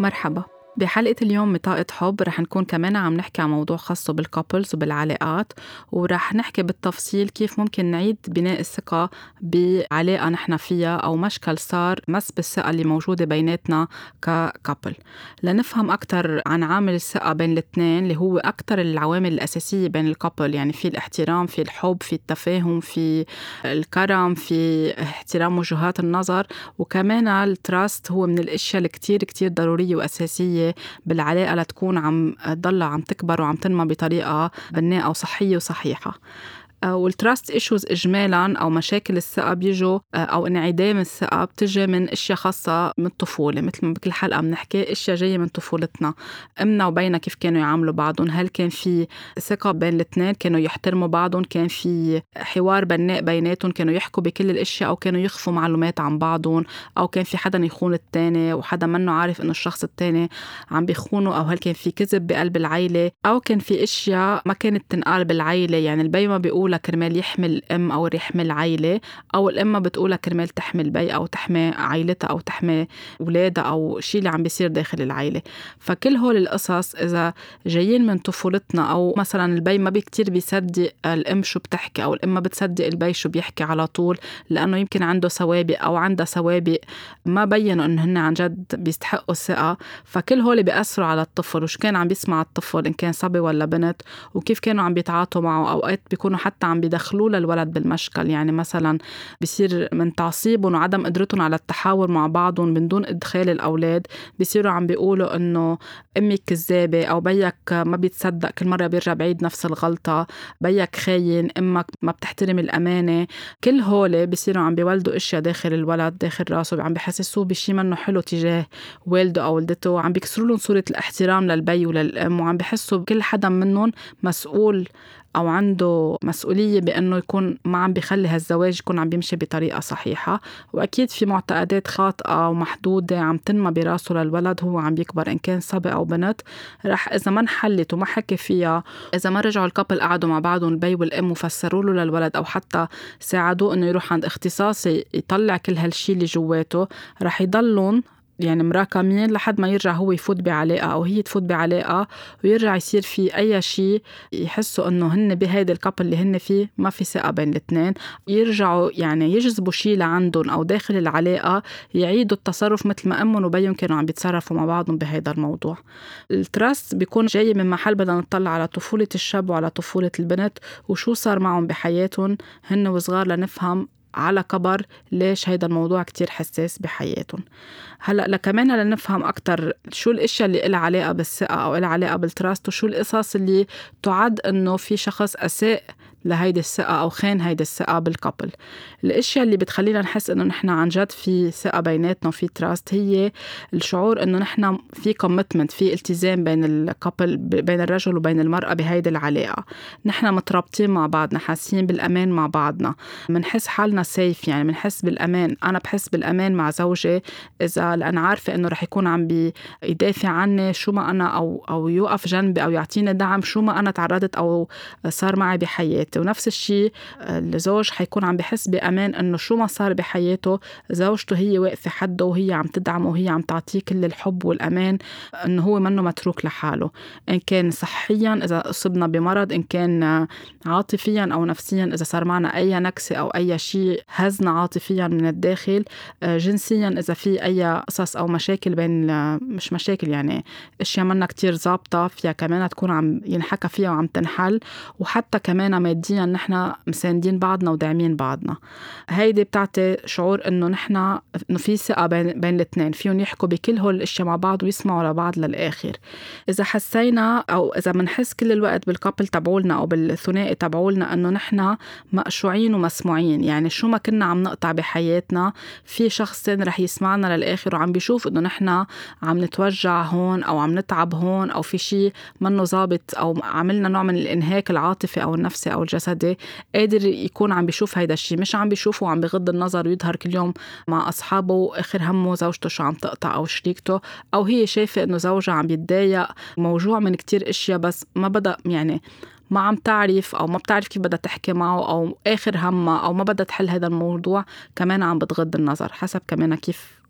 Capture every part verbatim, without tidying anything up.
مرحبا. بحلقة اليوم بطاقة حب رح نكون كمان عم نحكي عن موضوع خاص بالكابلز وبالعلاقات، ورح نحكي بالتفصيل كيف ممكن نعيد بناء الثقة بعلاقة نحن فيها أو مشكل صار مس بالثقة اللي موجودة بيناتنا ككابل. لنفهم أكتر عن عامل الثقة بين الاثنين اللي هو أكتر العوامل الأساسية بين الكابل، يعني في الاحترام، في الحب، في التفاهم، في الكرم، في احترام وجهات النظر، وكمان التراست هو من الأشياء اللي كتير كتير ضرورية وأساسية بالعلاقة لتكون عم تضل عم تكبر وعم تنمى بطريقة بناءة وصحية وصحيحة. والتراست إيشوز إجمالاً أو مشاكل الثقة بيجوا أو انعدام الثقة بتجي من أشياء خاصة من الطفولة، مثل ما بكل حلقة بنحكي أشياء جاية من طفولتنا، أمنا وبينا كيف كانوا يعاملوا بعضهم، هل كان في ثقة بين الاثنين، كانوا يحترموا بعضهم، كان في حوار بناء بيناتهم، كانوا يحكوا بكل الأشياء أو كانوا يخفوا معلومات عن بعضهم، أو كان في حدا يخون التاني وحدا منه عارف إنه الشخص التاني عم بيخونه، أو هل كان في كذب بقلب العيلة، أو كان في أشياء ما كانت تنقال بالعيلة، يعني البي ما بيقول كرمال يحمل الأم أو يحمل عائلة، أو الأم بتقولها كرمال تحمل بي أو تحمي عائلتها أو تحمي أولادها أو شيء اللي عم بيصير داخل العائلة. فكل هول القصص إذا جايين من طفولتنا، أو مثلا البي ما بكتير بيصدق الأم شو بتحكي، أو الأم ما بتصدق البي شو بيحكي على طول، لأنه يمكن عنده سوابق أو عنده سوابق ما بيّنوا إن هن عن جد بيستحقوا الثقة. فكل هول بيأثروا على الطفل، وش كان عم بيسمع الطفل إن كان صبي ولا بنت، وكيف كانوا عم بيتعاطوا معه. أوقات بيكونوا حتى عم بيدخلوا للولد بالمشكل، يعني مثلا بيصير من تعصيبهم وعدم قدرتهم على التحاور مع بعضهم من دون إدخال الأولاد، بيصيروا عم بيقولوا إنه أمك كذابة أو بيك ما بيتصدق، كل مرة بيرجع بعيد نفس الغلطة، بيك خاين، أمك ما بتحترم الأمانة. كل هول بيصيروا عم بيولدوا إشياء داخل الولد داخل راسه، عم بيحسسوه بشي منه حلو تجاه والده أو والدته، عم بيكسروا لهم صورة الاحترام للبي وللأم، وعم بيحسوا بكل حدا منهم مسؤول أو عنده مسؤولية بأنه يكون ما عم بيخلي هالزواج يكون عم بيمشي بطريقة صحيحة. وأكيد في معتقدات خاطئة ومحدودة عم تنمى براسه للولد هو عم بيكبر، إن كان صبي أو بنت. رح إذا ما انحلت وما حكي فيها، إذا ما رجعوا الكابل قعدوا مع بعضهم البي والأم وفسروا له للولد أو حتى ساعدوه إنه يروح عند اختصاصي يطلع كل هالشي اللي جواته، رح يضلون يعني مراكمين لحد ما يرجع هو يفوت بعلاقة أو هي تفوت بعلاقة، ويرجع يصير في أي شيء يحسوا أنه هن بهيدا الكابل اللي هن فيه ما في ثقة بين الاثنين، يرجعوا يعني يجذبوا شيء لعندهم أو داخل العلاقة يعيدوا التصرف مثل ما أمهم وبيهم كانوا عم بيتصرفوا مع بعضهم بهيدا الموضوع. التراست بيكون جاي من محل بدنا نطلع على طفولة الشاب وعلى طفولة البنت وشو صار معهم بحياتهم هن وصغار، لنفهم على كبر ليش هيدا الموضوع كتير حساس بحياتهم. هلأ لكمان لنفهم أكتر شو الاشياء اللي إلها علاقة بالثقة أو إلها علاقة بالتراست، وشو القصص اللي تعد إنه في شخص أساء لهيدي الثقة أو خان هيدي الثقة بالكابل. الاشياء اللي بتخلينا نحس إنه نحن عن جد في ثقة بيناتنا وفي تراست هي الشعور إنه نحن في كوميتمنت، في التزام بين الكابل، بين الرجل وبين المرأة بهيدي العلاقة. نحن مترابطين مع بعضنا، حاسين بالأمان مع بعضنا، منحس حالنا سيف، يعني منحس بالأمان. أنا بحس بالأمان مع زوجي إذا لأن عارفة إنه رح يكون عم بيدافع عني شو ما أنا، أو أو يوقف جنبي أو يعطيني دعم شو ما أنا تعرضت أو صار معي بحياتي. ونفس الشيء الزوج حيكون عم بحس بأمان إنه شو ما صار بحياته زوجته هي واقفة حده وهي عم تدعمه وهي عم تعطيه كل الحب والأمان، إنه هو منه متروك لحاله، إن كان صحيا إذا أصبنا بمرض، إن كان عاطفيا أو نفسيا إذا صار معنا أي نكسة أو أي شيء هزنا عاطفيا من الداخل، جنسيا إذا في أي قصص أو مشاكل بين، مش مشاكل يعني اشياء منا كتير زابطة فيها كمان تكون عم ينحكى فيها وعم تنحل، وحتى كمان ماديا نحن مساندين بعضنا وداعمين بعضنا. هيدي بتعطي شعور انه نحن انه في ثقة بين بين الاثنين، فيهم يحكوا بكل هول الاشياء مع بعض ويسمعوا لبعض للاخر. اذا حسينا او اذا منحس كل الوقت بالكابل تبعولنا او بالثنائي تبعولنا انه نحن مقشوعين ومسموعين، يعني شو ما كنا عم نقطع بحياتنا في شخص تاني رح يسمعنا للاخر وعم بيشوف انه نحن عم نتوجع هون او عم نتعب هون او في شيء منه ضابط او عملنا نوع من الانهاك العاطفي او النفسي او الجسدي، قادر يكون عم بيشوف هيدا الشيء، مش عم بيشوفه وعم بغض النظر ويظهر كل يوم مع أصحابه وآخر همه زوجته شو عم تقطع أو شريكته، أو هي شايفة إنه زوجها عم بيتضايق موجوع من كتير إشياء بس ما بدأ يعني ما عم تعرف أو ما بتعرف كيف بدها تحكي معه أو آخر همها أو ما بدها تحل هذا الموضوع، كمان عم بتغض النظر حسب كمان كيف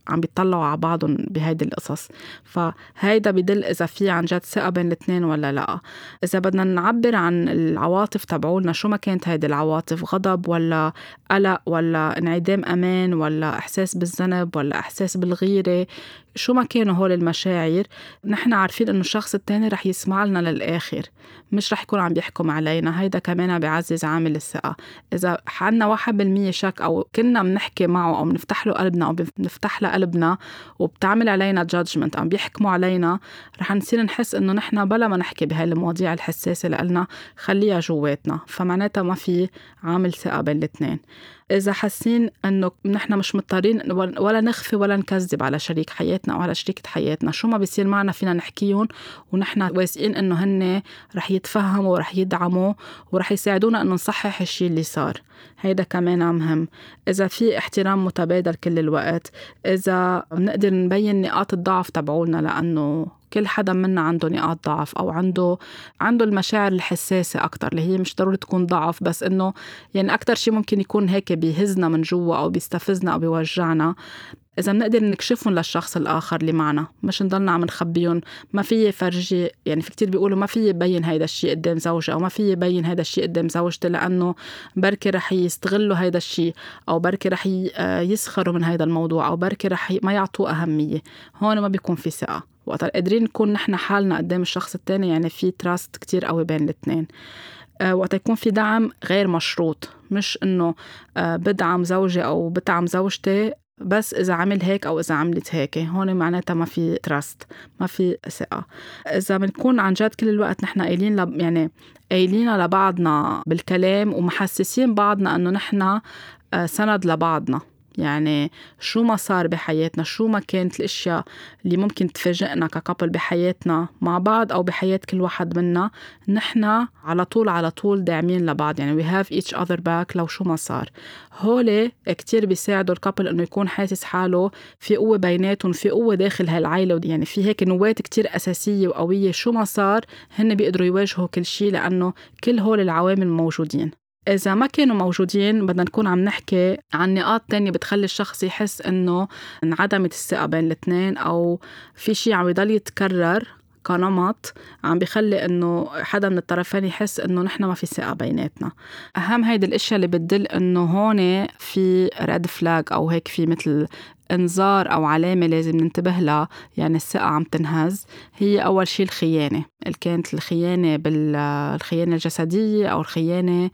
عم بيطلعوا على بعضهم بهيدي القصص. فهيدا بدل إذا في عن جد ثقة بين الاثنين ولا لا. إذا بدنا نعبر عن العواطف تبعولنا، شو ما كانت هيدي العواطف، غضب ولا قلق ولا انعدام أمان ولا إحساس بالذنب ولا إحساس بالغيرة، شو ما كانوا هول المشاعر، نحن عارفين إنه الشخص التاني رح يسمع لنا للآخر، مش رح يكون عم بيحكم علينا. هيدا كمان بيعزز عامل الثقة. إذا عنا واحد بالمية شك أو كنا منحكي معه أو بنفتح له قلبنا أو بنفتح له قلبنا وبتعمل علينا judgment أو بيحكموا علينا، رح نصير نحس إنه نحن بلا ما نحكي بهاي المواضيع الحساسة لقلنا خليها جواتنا، فمعناتها ما في عامل ثقة بين الاثنين. إذا حاسين إنه نحن مش مضطرين ولا نخفي ولا نكذب على شريك حياتنا أو على شريكة حياتنا، شو ما بيصير معنا فينا نحكيهم ونحن واثقين إنه هن رح يتفهموا ورح يدعموا ورح يساعدونا إنه نصحح الشيء اللي صار. هيدا كمان مهم. إذا في احترام متبادل كل الوقت، إذا بنقدر نبين نقاط الضعف تبعولنا، لأنه كل حدا منا عنده نقاط ضعف أو عنده عنده المشاعر الحساسة أكتر، اللي هي مش ضروري تكون ضعف، بس إنه يعني أكتر شيء ممكن يكون هيك بيهزنا من جوا أو بيستفزنا أو بيوجعنا. إذا بنقدر نكشفهم للشخص الآخر اللي معنا، مش نضلنا عم نخبيهم. ما في فرجي، يعني في كتير بيقولوا ما في يبين هيدا الشيء قدام زوجة أو ما في يبين هيدا الشيء قدام زوجتي، لأنه بركي رح يستغلوا هيدا الشيء أو بركي رح يسخروا من هيدا الموضوع أو بركي رح ما يعطوه أهمية. هون ما بيكون في ثقة. وقت قادرين نكون نحن حالنا قدام الشخص التاني، يعني في تراست كتير قوي بين الاثنين. أه وقت يكون في دعم غير مشروط، مش إنه أه بدعم زوجي أو بدعم زوجتي بس إذا عمل هيك أو إذا عملت هيك، هون معناتها ما في تراست، ما في ثقة. إذا بنكون عن جد كل الوقت نحن قايلين لب يعني قايلين لبعضنا بالكلام ومحسسين بعضنا أنه نحن أه سند لبعضنا، يعني شو ما صار بحياتنا، شو ما كانت الاشياء اللي ممكن تفاجئنا ككابل بحياتنا مع بعض او بحياة كل واحد منا، نحنا على طول على طول داعمين لبعض، يعني we have each other back لو شو ما صار. هولي كتير بيساعدوا الكابل انه يكون حاسس حاله في قوة بيناتهم، في قوة داخل هالعائلة، يعني في هيك نوات كتير أساسية وقوية، شو ما صار هن بيقدروا يواجهوا كل شيء لأنه كل هول العوامل موجودين. إذا ما كانوا موجودين بدنا نكون عم نحكي عن نقاط تانية بتخلي الشخص يحس إنه انعدمت الثقة بين الاثنين أو في شيء عم يضل يتكرر كنمط عم بيخلي إنه حدا من الطرفين يحس إنه نحن ما في ثقة بيناتنا. أهم هيدا الأشياء اللي بتدل إنه هون في ريد فلاج أو هيك في مثل انذار أو علامة لازم ننتبه لها، يعني الثقة عم تنهز. هي أول شيء الخيانة، اللي كانت الخيانة بالخيانة الجسدية أو الخيانة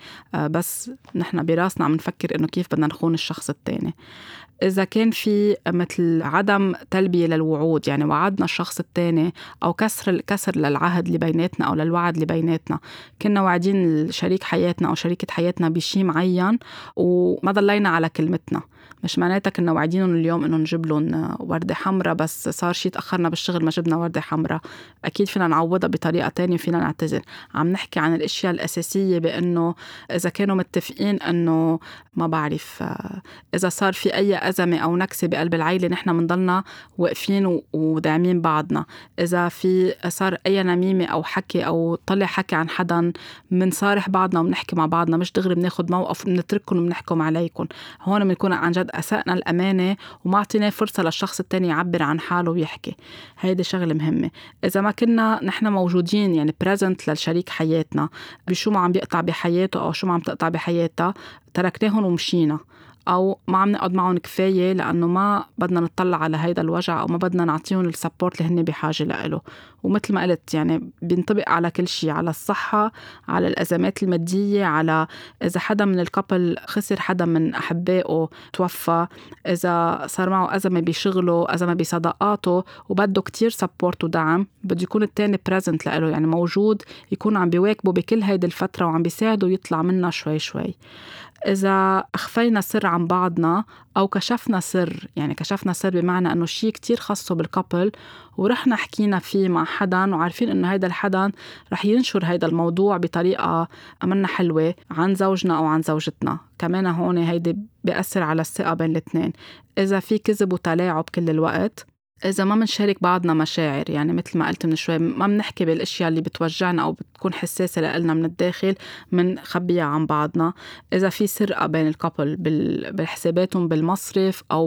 بس نحن براسنا عم نفكر إنه كيف بدنا نخون الشخص التاني. إذا كان في مثل عدم تلبية للوعود، يعني وعدنا الشخص التاني أو كسر كسر للعهد اللي بيناتنا أو للوعد اللي بيناتنا، كنا واعدين شريك حياتنا أو شريكة حياتنا بشيء معين وما ضلينا على كلمتنا، مش معناتها كنا واعدينهم اليوم إنه نجيب لهم وردة حمراء بس صار شيء تأخرنا بالشغل ما جبنا وردة حمراء، أكيد فينا نعوضها بطريقة تانية وفينا نعتذر. عم نحكي عن الأشياء الأساسية، بأنه إذا كانوا متفقين أنه ما بعرف إذا صار في أي أزمة أو نكسة بقلب العائلة نحن منضلنا واقفين وداعمين بعضنا. إذا في صار أي نميمة أو حكي أو طلع حكي عن حدا منصارح بعضنا ومنحكي مع بعضنا، مش دغري بناخد موقف بنترككم وبنحكم عليكم. هون بنكون عن جد أسأنا الأمانة وما عطينا فرصة للشخص التاني يعبر عن حاله ويحكي. هيدي شغلة مهمة. إذا ما كنا نحن موجودين يعني present للشريك حياتنا بشو ما عم بيقطع بحياته أو شو ما عم تقطع بحياتها، تركناهم ومشينا أو ما عم نقعد معهم كفاية لأنه ما بدنا نطلع على هيدا الوجع أو ما بدنا نعطيهم السبورت اللي هن بحاجة له. ومثل ما قلت يعني بينطبق على كل شيء، على الصحة، على الأزمات المادية، على إذا حدا من الكابل خسر حدا من أحبائه توفى، إذا صار معه أزمة بشغله، أزمة بصداقاته وبده كتير سبورت ودعم، بده يكون التاني present له، يعني موجود، يكون عم بيواكبه بكل هيدي الفترة وعم بيساعده يطلع منها شوي شوي. إذا أخفينا سر عن بعضنا أو كشفنا سر، يعني كشفنا سر بمعنى أنه شيء كتير خاصه بالكابل ورحنا حكينا فيه مع حدا وعارفين أنه هيدا الحدا رح ينشر هيدا الموضوع بطريقة أمنا حلوة عن زوجنا أو عن زوجتنا، كمان هون هيدا بيأثر على الثقة بين الاثنين. إذا في كذب وتلاعب كل الوقت، إذا ما منشارك بعضنا مشاعر، يعني مثل ما قلت من شوي ما بنحكي بالأشياء اللي بتوجعنا أو بتكون حساسة لنا من الداخل منخبيها عن بعضنا. إذا في سرقة بين الكابل بالحساباتهم بالمصرف أو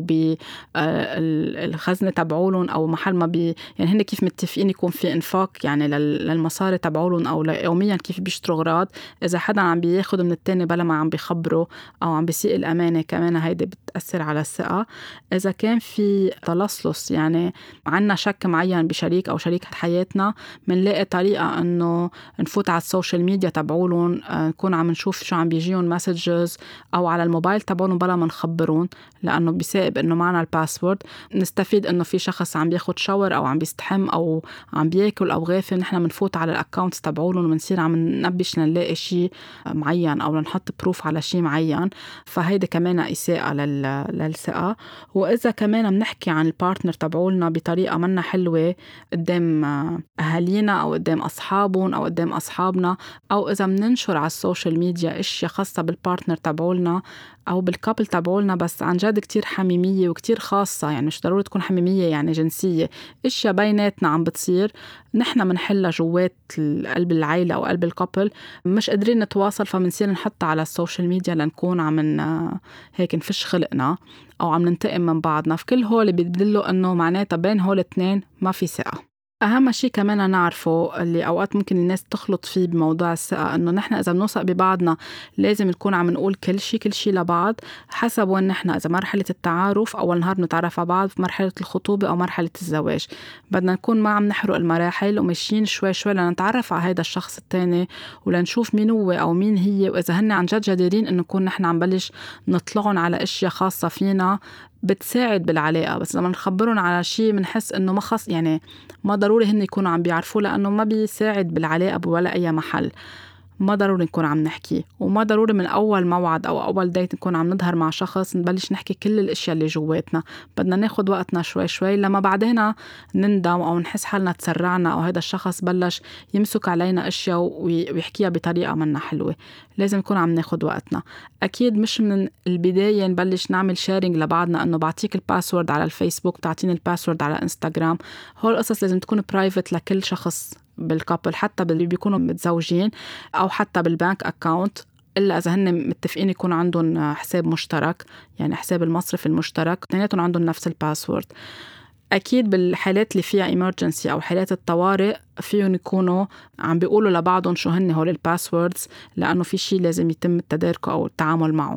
بالخزنة تبعولن أو محل ما بي يعني هن كيف متفقين يكون في إنفاق يعني للمصاري تبعولن أو يوميا كيف بيشتروا أغراض، إذا حدا عم بياخد من التاني بلا ما عم بيخبره أو عم بيسيء الأمانة كمان هيدا بتأثر على الثقة. إذا كان في تلصص يعني عنا شك معين بشريك أو شريك حياتنا منلاقي طريقة أنه نفوت على السوشيال ميديا تبعولن، نكون عم نشوف شو عم بيجيون مسجز أو على الموبايل تبعولن بلا ما نخبرون لأنه بيسائب أنه معنا الباسورد. نستفيد أنه في شخص عم بياخد شاور أو عم بيستحم أو عم بياكل أو غافل، نحن منفوت على الأكاونتس تبعولن ومنصير عم ننبش لنلاقي شيء معين أو لنحط بروف على شيء معين، فهيدا كمان إساءة للثقة. وإذا كمان منحكي عن البارتنر تبعولنا بطريقة منا حلوة قدام أهالينا أو قدام أصحابهم أو قدام أصحابنا، أو إذا مننشر على السوشيال ميديا إشياء خاصة بالبارتنر تبعولنا أو بالكابل تبعولنا بس عن جد كتير حميمية وكتير خاصة، يعني مش ضروري تكون حميمية يعني جنسية، إشياء بيناتنا عم بتصير نحن منحلها جوات قلب العيلة أو قلب الكابل، مش قادرين نتواصل فمنصير نحطها على السوشيال ميديا لنكون عم هيك نفش خلقنا أو عم ننتقم من بعضنا. في كل هول بيدلوا أنه معناتها بين هول الاثنين ما في ثقة. أهم شيء كمان نعرفه اللي أوقات ممكن الناس تخلط فيه بموضوع الثقة، إنه نحن إذا بنوثق ببعضنا لازم نكون عم نقول كل شيء كل شيء لبعض حسب وين نحن، إذا مرحلة التعارف أول نهار نتعرف على بعض، في مرحلة الخطوبة أو مرحلة الزواج. بدنا نكون ما عم نحرق المراحل وماشيين شوي شوي لنتعرف على هيدا الشخص التاني ولنشوف مين هو أو مين هي، وإذا هن عن جد جديرين إنه نكون نحن عم بلش نطلعون على أشياء خاصة فينا بتساعد بالعلاقة. بس لما نخبرون على شيء منحس إنه ما خص يعني ما ضروري هن يكونوا عم بيعرفوا لأنه ما بيساعد بالعلاقة بولا أي محل، ما ضروري نكون عم نحكي، وما ضروري من أول موعد أو أول ديت نكون عم نظهر مع شخص نبلش نحكي كل الأشياء اللي جواتنا. بدنا ناخد وقتنا شوي شوي لما بعدين نندم أو نحس حالنا تسرعنا أو هذا الشخص بلش يمسك علينا أشياء ويحكيها بطريقة منا حلوة. لازم نكون عم ناخد وقتنا. أكيد مش من البداية نبلش نعمل شيرينج لبعضنا أنه بعطيك الباسورد على الفيسبوك بتعطيني الباسورد على انستغرام. هول القصص لازم تكون برايفت لكل شخص بالكابل، حتى باللي بيكونوا متزوجين أو حتى بالبانك أكاونت، إلا إذا هن متفقين يكون عندهم حساب مشترك يعني حساب المصرف المشترك اثنيناتهم عندهم نفس الباسورد. أكيد بالحالات اللي فيها إمرجنسي أو حالات الطوارئ فيهم يكونوا عم بيقولوا لبعضهم شو هن هول الباسوردز لأنه في شيء لازم يتم التداركه أو التعامل معه.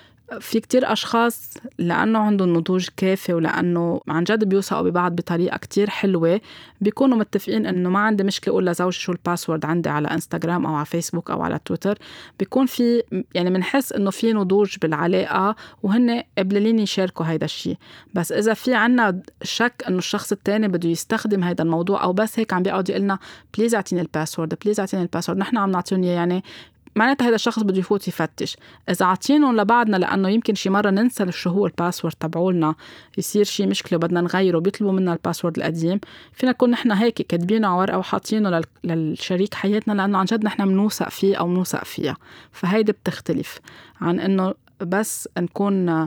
في كتير أشخاص لأنه عندهم نضوج كافي ولأنه عن جد بيوثقوا ببعض بطريقة كتير حلوة بيكونوا متفقين إنه ما عندي مشكلة أقول لزوجي شو الباسورد عندي على إنستغرام أو على فيسبوك أو على تويتر. بيكون في يعني منحس إنه في نضوج بالعلاقة وهن قبلين يشاركوا هيدا الشيء. بس إذا في عنا شك إنه الشخص التاني بده يستخدم هيدا الموضوع أو بس هيك عم بيقعد يقولنا بليز أعطيني الباسورد بليز أعطيني الباسورد نحن عم نعطيهم يعني معناتها هذا الشخص بده يفوت يفتش. إذا عطينهم لبعضنا لأنه يمكن شي مرة ننسى شو هو الباسورد تبعولنا يصير شي مشكلة بدنا نغيره بيطلبوا منا الباسورد القديم، فينا نكون نحن هيك كاتبينه على ورقة وحاطينه للشريك حياتنا لأنه عن جد نحن منوثق فيه أو منوثق فيها. فهيدا بتختلف عن إنه بس نكون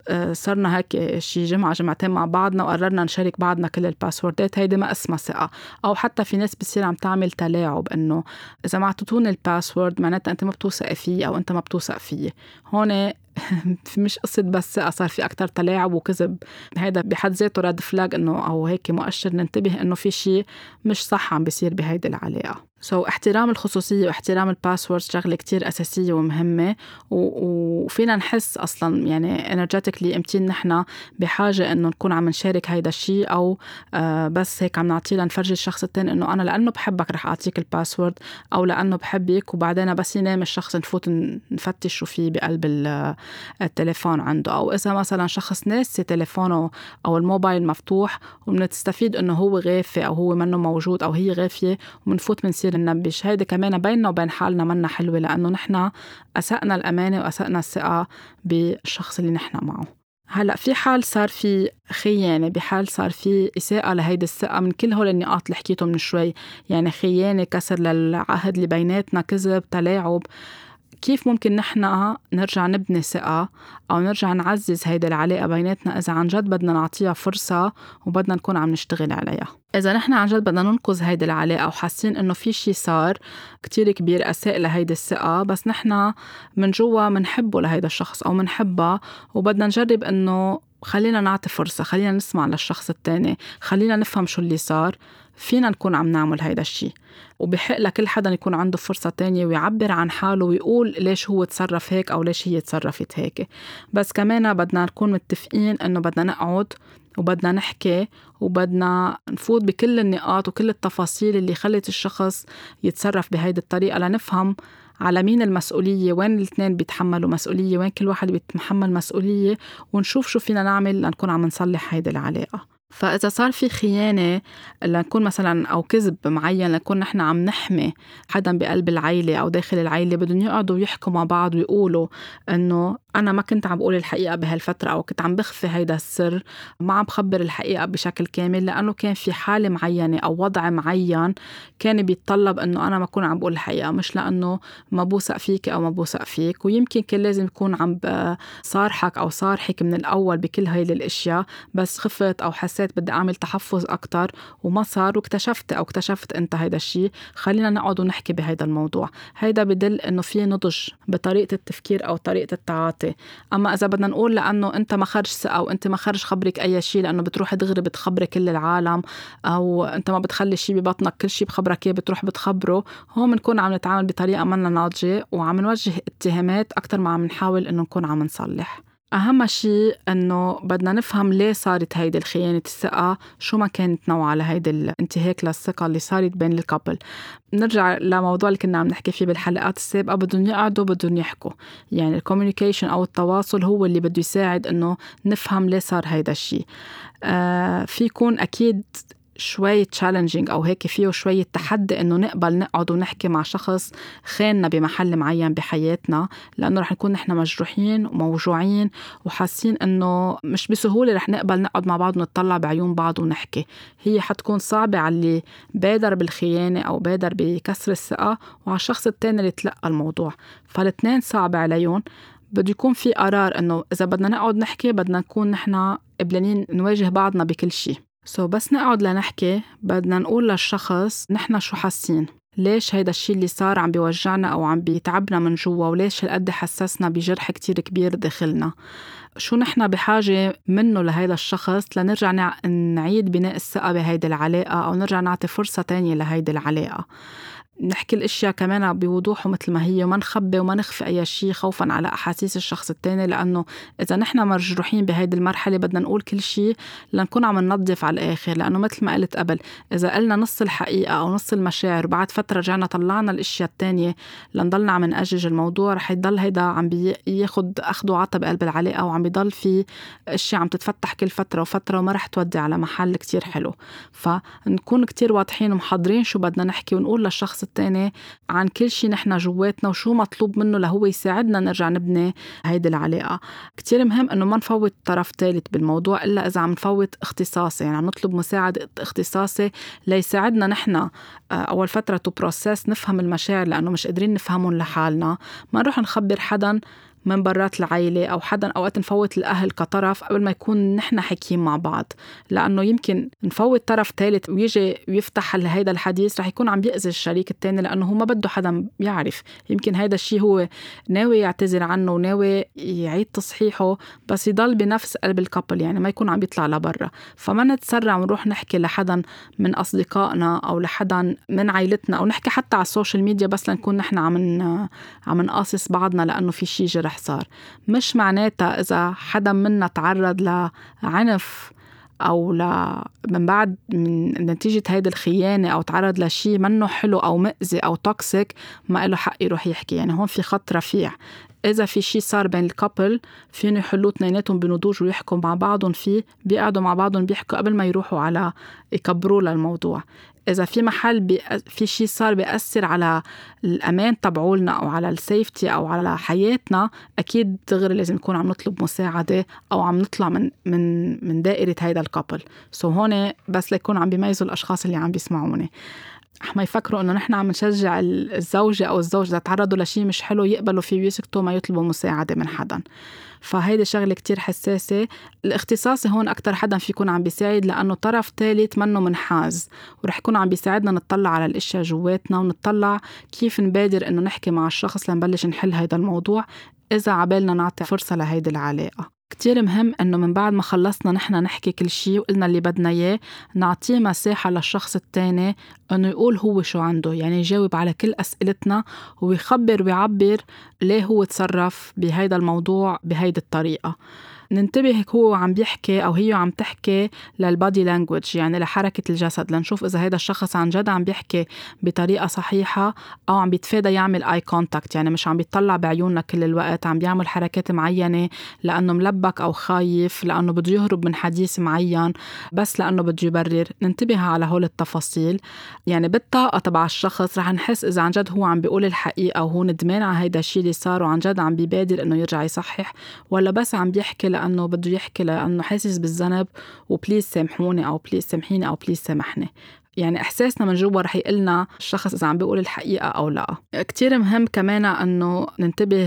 صرنا هيك شي جمعة جمعتين مع بعضنا وقررنا نشارك بعضنا كل الباسوردات. هيدا ما اسمها ثقة. أو حتى في ناس بتصير عم تعمل تلاعب إنه إذا ما عطتوني الباسورد معناتها أنت ما بتوثق فيه أو أنت ما بتوثق فيه. هون مش قصة بس ثقة، صار في أكتر تلاعب وكذب. هيدا بحد ذاته ريد فلاج إنه أو هيك مؤشر ننتبه إنه في شي مش صح عم بيصير بهيدي العلاقة. سو so, احترام الخصوصية واحترام الباسورد شغلة كتير أساسية ومهمة، وفينا نحس أصلا يعني energetically امتين نحنا بحاجة إنه نكون عم نشارك هيدا الشيء أو آه بس هيك عم نعطيه لنفرجي الشخص التاني إنه أنا لأنه بحبك رح أعطيك الباسورد أو لأنه بحبك، وبعدين بس ينام الشخص نفوت نفتش شو فيه بقلب التليفون عنده. أو إذا مثلا شخص ناسي تليفونه أو الموبايل مفتوح ومنستفيد إنه هو غافي أو هو منه موجود أو هي غافية ومنفوت منصير ننبش. هيدا كمان بيننا وبين حالنا منا حلوة لأنه نحنا أسأنا الأمانة وأسأنا الثقة بالشخص اللي نحنا معه. هلأ في حال صار في خيانة، بحال صار في إساءة لهيدا الثقة من كل هول النقاط اللي حكيتهم من شوي، يعني خيانة، كسر للعهد اللي بيناتنا، كذب، تلاعب، كيف ممكن نحن نرجع نبني ثقة أو نرجع نعزز هيدا العلاقة بيناتنا إذا عن جد بدنا نعطيها فرصة وبدنا نكون عم نشتغل عليها. إذا نحن عن جد بدنا ننقذ هيدا العلاقة وحاسين إنه في شي صار كتير كبير أساء لهيدا الثقة، بس نحن من جوا منحبه لهيدا الشخص أو منحبها وبدنا نجرب إنه خلينا نعطي فرصة، خلينا نسمع للشخص التاني، خلينا نفهم شو اللي صار، فينا نكون عم نعمل هيدا الشي. وبحق لكل حدا يكون عنده فرصة تانية ويعبر عن حاله ويقول ليش هو تصرف هيك أو ليش هي تصرفت هيك. بس كمان بدنا نكون متفقين إنه بدنا نقعد وبدنا نحكي وبدنا نفوت بكل النقاط وكل التفاصيل اللي خلت الشخص يتصرف بهيدي الطريقة لنفهم على مين المسؤولية، وين الاثنين بيتحملوا مسؤولية، وين كل واحد بيتحمل مسؤولية، ونشوف شو فينا نعمل لنكون عم نصلح هيدي العلاقة. فإذا صار في خيانة لنكون مثلا أو كذب معين لنكون نحن عم نحمي حدا بقلب العيلة أو داخل العيلة، بدهم يقعدوا ويحكوا مع بعض ويقولوا إنه أنا ما كنت عم بقول الحقيقة بهالفترة أو كنت عم بخفي هيدا السر، ما عم بخبر الحقيقة بشكل كامل لأنه كان في حالة معينة أو وضع معين كان بيتطلب إنه أنا ما أكون عم بقول الحقيقة، مش لأنه ما بوثق فيك أو ما بوثق فيك. ويمكن كان لازم يكون عم صارحك أو صارحك من الأول بكل هاي الأشياء، بس خفت أو حسيت بدي أعمل تحفظ أكتر وما صار واكتشفت أو اكتشفت أنت هيدا الشيء. خلينا نقعد ونحكي بهيدا الموضوع. هيدا بدل إنه في نضج بطريقة التفكير أو طريقة التعاطي. أما إذا بدنا نقول لأنه أنت ما خرج ثقة وأنت ما خرج خبرك أي شيء لأنه بتروح دغري بتخبري كل العالم، أو أنت ما بتخلي شيء ببطنك كل شيء بخبرك إياه بتروح بتخبره، هون بنكون عم نتعامل بطريقة مننا ناضجة وعم نوجه اتهامات أكتر ما عم نحاول إنه نكون عم نصلح. أهم شيء أنه بدنا نفهم ليه صارت هيدي الخيانة الثقة، شو ما كانت نوعها لهيدي الانتهاك للثقة اللي صارت بين الكابل. نرجع لموضوع اللي كنا عم نحكي فيه بالحلقات السابقة، بدهم يقعدوا بدهم يحكوا، يعني الكوميونيكيشن أو التواصل هو اللي بده يساعد أنه نفهم ليه صار هيدا الشيء. آه في يكون أكيد شوية challenging أو هيك فيه شوية تحدي إنه نقبل نقعد ونحكي مع شخص خاننا بمحل معين بحياتنا، لأنه رح نكون نحن مجروحين وموجوعين وحاسين إنه مش بسهولة رح نقبل نقعد مع بعض ونطلع بعيون بعض ونحكي. هي حتكون صعبة على اللي بادر بالخيانة أو بادر بكسر الثقة وعلى الشخص التاني اللي تلقى الموضوع، فالاثنين صعب عليهم. بده يكون في قرار إنه إذا بدنا نقعد نحكي بدنا نكون نحن قبلانين نواجه بعضنا بكل شيء. سو so بس نقعد لنحكي بدنا نقول للشخص نحن شو حاسين، ليش هيدا الشيء اللي صار عم بيوجعنا أو عم بيتعبنا من جوا، وليش هالقد حسسنا بجرح كتير كبير داخلنا، شو نحن بحاجة منه لهيدا الشخص لنرجع نعيد بناء الثقة بهيدا العلاقة أو نرجع نعطي فرصة تانية لهيدا العلاقة. نحكي الاشياء كمان بوضوح ومثل ما هي وما نخبي وما نخفي اي شيء خوفا على احاسيس الشخص التاني، لانه اذا نحن مرجروحين بهيدي المرحله بدنا نقول كل شيء لنكون عم ننظف على الاخر، لانه مثل ما قلت قبل اذا قلنا نص الحقيقه او نص المشاعر وبعد فتره رجعنا طلعنا الاشياء التانية لنضلنا عم نأجج الموضوع، رح يضل هيدا عم بياخد اخذ وعطى بقلب العلاقه وعم بيضل في اشياء عم تتفتح كل فتره وفتره وما رح تودي على محل كتير حلو. فنكون كتير واضحين ومحضرين شو بدنا نحكي ونقول للشخص التاني عن كل شيء نحن جواتنا وشو مطلوب منه لهو يساعدنا نرجع نبني هيدي العلاقة. كتير مهم انه ما نفوت طرف ثالث بالموضوع الا اذا عم نفوت اختصاصي، يعني عم نطلب مساعدة اختصاصي ليساعدنا نحن اول فترة تو بروسس نفهم المشاعر، لانه مش قادرين نفهمهم لحالنا. ما نروح نخبر حدا من برات العائلة أو حدا، أوقات نفوت الأهل كطرف قبل ما يكون نحن حكيين مع بعض، لأنه يمكن نفوت طرف ثالث ويجي ويفتح هيدا الحديث رح يكون عم بيأذي الشريك التاني لأنه هو ما بده حدا يعرف. يمكن هيدا الشيء هو ناوي يعتذر عنه وناوي يعيد تصحيحه بس يضل بنفس قلب الكابل، يعني ما يكون عم بيطلع لبرا. فما نتسرع ونروح نحكي لحدا من أصدقائنا أو لحدا من عائلتنا أو نحكي حتى على السوشيال ميديا بس لنكون نحن عم عم نقاصص بعضنا لأنه في شيء جرح صار. مش معناتها إذا حدا منا تعرض لعنف أو ل... من بعد من نتيجة هيدا الخيانة أو تعرض لشيء منه حلو أو مأذي أو توكسيك ما له حق يروح يحكي. يعني هون في خط رفيع. إذا في شيء صار بين الكابل فين يحلوا اثنيناتهم بنضوج ويحكوا مع بعضهم فيه، بيقعدوا مع بعضهم بيحكوا قبل ما يروحوا على يكبروا للموضوع. إذا في محل بي... في شيء صار بيأثر على الأمان تبعولنا أو على السيفتي أو على حياتنا، أكيد دغري لازم نكون عم نطلب مساعدة أو عم نطلع من من من دائرة هيدا الكابل. سو هون بس ليكون عم بيميزوا الأشخاص اللي عم بيسمعوني. ما يفكروا إنه نحن عم نشجع الزوجة أو الزوج إذا تعرضوا لشيء مش حلو يقبلوا فيه ويسكتوا ما يطلبوا مساعدة من حدا. فهيدي شغلة كتير حساسة. الاختصاصي هون أكتر حدا في يكون عم بيساعد لأنه طرف ثالث منه منحاز ورح يكون عم بيساعدنا نطلع على الاشياء جواتنا ونطلع كيف نبادر إنه نحكي مع الشخص لنبلش نحل هيدا الموضوع إذا عبالنا نعطي فرصة لهيدي العلاقة. كتير مهم إنه من بعد ما خلصنا نحن نحكي كل شي وقلنا اللي بدنا إياه نعطيه مساحة للشخص التاني إنه يقول هو شو عنده، يعني يجاوب على كل أسئلتنا ويخبر ويعبر ليه هو تصرف بهيدا الموضوع بهيدي الطريقة. ننتبه هو عم بيحكي أو هي عم تحكي للبادي لانجويج، يعني لحركة الجسد، لنشوف إذا هيدا الشخص عن جد عم بيحكي بطريقة صحيحة أو عم بيتفادى يعمل آي كونتاكت، يعني مش عم بيطلع بعيوننا كل الوقت، عم بيعمل حركات معينة لأنه ملبك أو خايف، لأنه بده يهرب من حديث معين، بس لأنه بده يبرر. ننتبه على هول التفاصيل. يعني بالطاقة تبع الشخص رح نحس إذا عن جد هو عم بيقول الحقيقة وهو ندمان على هيدا الشيء اللي صار وعن جد عم بيبادر إنه يرجع يصحح، ولا بس عم بيحكي لأنه بده يحكي لأنه حاسس بالذنب وبليز سامحوني أو بليز سامحيني أو بليز سامحني. يعني إحساسنا من جوا رح يقلنا الشخص إذا عم بيقول الحقيقة أو لا. كتير مهم كمان أنه ننتبه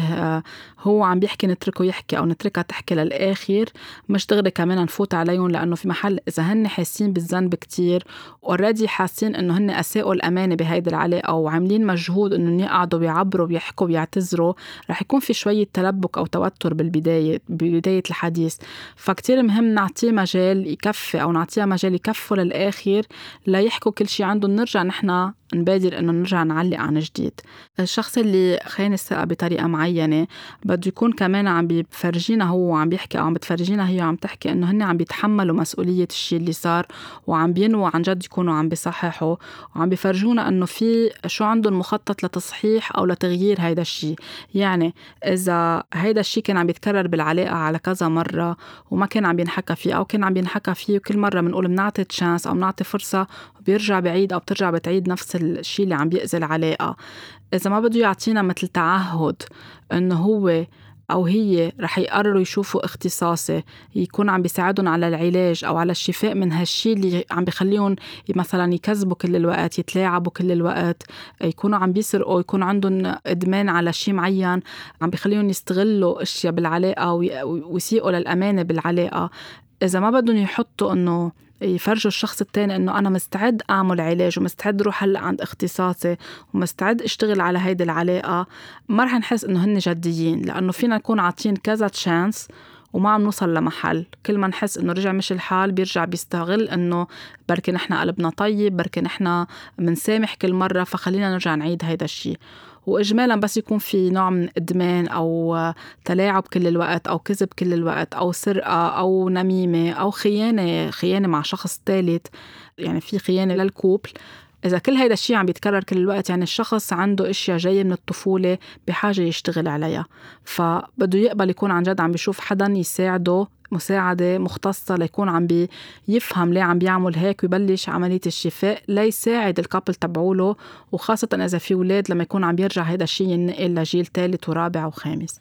هو عم بيحكي نتركه يحكي أو نتركها تحكي للآخر، مش دغري كمان نفوت عليهم، لأنه في محل إذا هن حاسين بالذنب كتير وردي حاسين أنه هن أساءوا الأمانة بهيدي العلاقة وعاملين مجهود أنه يقعدوا ويعبروا ويحكوا ويعتذروا، رح يكون في شوية تلبك أو توتر بالبداية ببداية الحديث. فكتير مهم نعطيه مجال يكفي أو نعطيه مجال يكفوا للآخر لا يحكوا كل شيء عنده، نرجع نحنا نبادر إنه نرجع نعلق عن جديد. الشخص اللي خاين الثقة بطريقة معينة بده يكون كمان عم بيفرجينا هو عم بيحكي أو عم بتفرجينا هي عم تحكي إنه هن عم بيتحملوا مسؤولية الشيء اللي صار وعم بينوا عن جد يكونوا عم بيصححوا وعم بيفرجونا إنه في شو عندهم مخطط لتصحيح أو لتغيير هيدا الشيء. يعني إذا هيدا الشيء كان عم بيتكرر بالعلاقة على كذا مرة وما كان عم بينحكى فيه أو كان عم بينحكى فيه وكل مرة بنقول بنعطي تشانس أو بنعطي فرصة وبيرجع بعيد أو بترجع بتعيد نفس الشيء اللي عم بيأذي العلاقة، إذا ما بده يعطينا مثل تعهد إنه هو أو هي رح يقرروا يشوفوا اختصاصي يكون عم بيساعدهم على العلاج أو على الشفاء من هالشي اللي عم بيخليهم مثلا يكذبوا كل الوقت، يتلاعبوا كل الوقت، يكونوا عم بيسرقوا، يكون عندهم إدمان على شي معين عم بيخليهم يستغلوا اشياء بالعلاقة ويسيئوا للأمانة بالعلاقة، إذا ما بدهم يحطوا إنه يفرجوا الشخص التاني إنه أنا مستعد أعمل علاج ومستعد روح هلأ عند اختصاصي ومستعد اشتغل على هيدي العلاقة، ما رح نحس إنه هن جديين، لأنه فينا نكون عاطين كذا تشانس وما عم نوصل لمحل. كل ما نحس إنه رجع مش الحال بيرجع بيستغل إنه بركي نحنا قلبنا طيب، بركي نحنا منسامح كل مرة، فخلينا نرجع نعيد هيدا الشي. وإجمالا بس يكون في نوع من إدمان أو تلاعب كل الوقت أو كذب كل الوقت أو سرقة أو نميمة أو خيانة خيانة مع شخص ثالث، يعني في خيانة للكوبل، إذا كل هيدا الشيء عم بيتكرر كل الوقت يعني الشخص عنده إشياء جاية من الطفولة بحاجة يشتغل عليها، فبده يقبل يكون عن جد عم بيشوف حدا يساعده مساعدة مختصة ليكون عم بيفهم ليه عم بيعمل هيك ويبلش عملية الشفاء ليساعد الكابل تبعوله، وخاصة إذا في أولاد لما يكون عم بيرجع هيدا الشيء ينقل لجيل ثالث ورابع وخامس.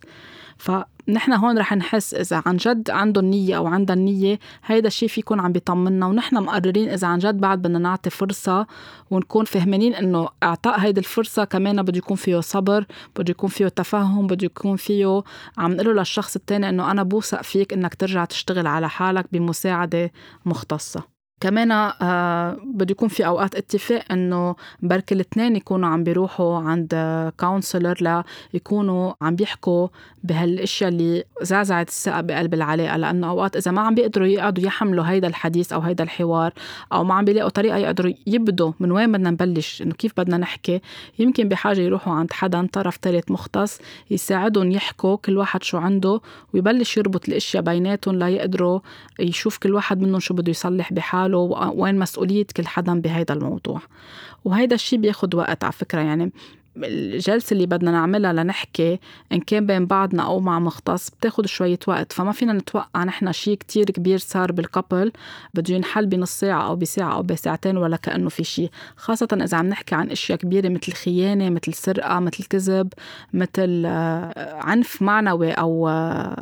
فنحن هون رح نحس إذا عن جد عنده النية أو عندها النية هيدا الشيء في يكون عم بيطمنا، ونحن مقررين إذا عن جد بعد بدنا نعطي فرصة ونكون فهمانين إنه إعطاء هيدا الفرصة كمان بده يكون فيه صبر، بده يكون فيه تفهم، بده يكون فيه عم نقوله للشخص التاني إنه أنا بوثق فيك إنك ترجع تشتغل على حالك بمساعدة مختصة. كمان آه بده يكون في أوقات اتفاق إنه بركي الاثنين يكونوا عم بيروحوا عند كونسلر ليكونوا عم بيحكوا بهالاشياء اللي زعزعت الثقة بقلب العلاقة، لأنه أوقات إذا ما عم بيقدروا يقعدوا يحملوا هيدا الحديث أو هيدا الحوار أو ما عم بيلاقوا طريقة يقدروا يبدوا من وين بدنا نبلش إنه كيف بدنا نحكي، يمكن بحاجة يروحوا عند حدا طرف ثالث مختص يساعدهم يحكوا كل واحد شو عنده ويبلش يربط الاشياء بيناتهم لا يقدروا يشوف كل واحد منهم شو بده يصلح بحاله وين مسؤولية كل حدا بهيدا الموضوع. وهيدا الشيء بياخد وقت على فكرة، يعني الجلسة اللي بدنا نعملها لنحكي إن كان بين بعضنا أو مع مختص بتاخد شوية وقت، فما فينا نتوقع نحنا شيء كتير كبير صار بالكابل بده ينحل بنص ساعة أو بساعة أو بساعتين ولا كأنه في شيء، خاصة إذا عم نحكي عن أشياء كبيرة مثل خيانة، مثل سرقة، مثل كذب، مثل عنف معنوي أو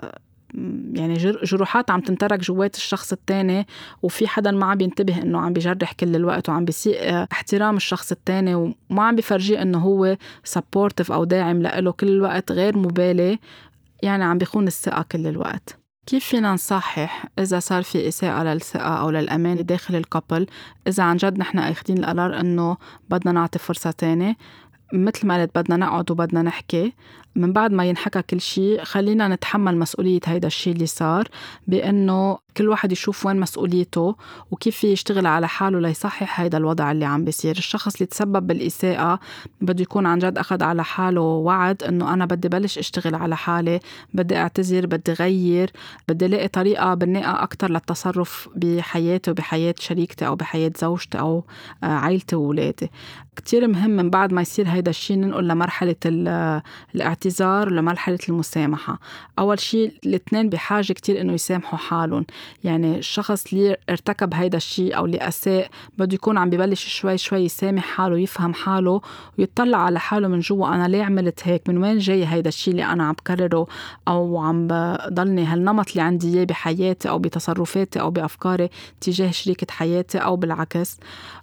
يعني جروحات عم تنترك جوات الشخص التاني، وفي حدا ما عم بينتبه إنه عم بيجرح كل الوقت وعم بيسيء احترام الشخص التاني وما عم بيفرجيه إنه هو supportive أو داعم لإله كل الوقت، غير مبالي، يعني عم بيخون الثقة كل الوقت. كيف فينا نصحح إذا صار في إساءة للثقة أو للأمان داخل الكابل؟ إذا عن جد نحن أخدين القرار إنه بدنا نعطي فرصة تانية، مثل ما قلت بدنا نقعد وبدنا نحكي من بعد ما ينحكى كل شيء. خلينا نتحمل مسؤولية هيدا الشيء اللي صار، بأنه كل واحد يشوف وين مسؤوليته وكيف يشتغل على حاله ليصحح هيدا الوضع اللي عم بيصير. الشخص اللي تسبب بالإساءة بده يكون عن جد أخذ على حاله وعد أنه أنا بدي بلش أشتغل على حالي، بدي أعتذر، بدي غير، بدي لاقي طريقة بناءة أكتر للتصرف بحياتي وبحياة شريكتي أو بحياة زوجتي أو عائلتي وولادي. كتير مهم من بعد ما يصير هيدا الشيء ننقل لمرحلة الاعتذار ولمرحلة المسامحة. أول شيء الاثنين بحاجة كتير إنه يسامحوا حالهم. يعني الشخص اللي ارتكب هيدا الشيء أو اللي أساء بده يكون عم ببلش شوي شوي يسامح حاله، يفهم حاله ويطلع على حاله من جوا، أنا ليه عملت هيك؟ من وين جاي هيدا الشيء اللي أنا عم بكرره أو عم بضلني هالنمط اللي عندي إياه بحياتي أو بتصرفاتي أو بأفكاري تجاه شريكة حياتي أو بالعكس.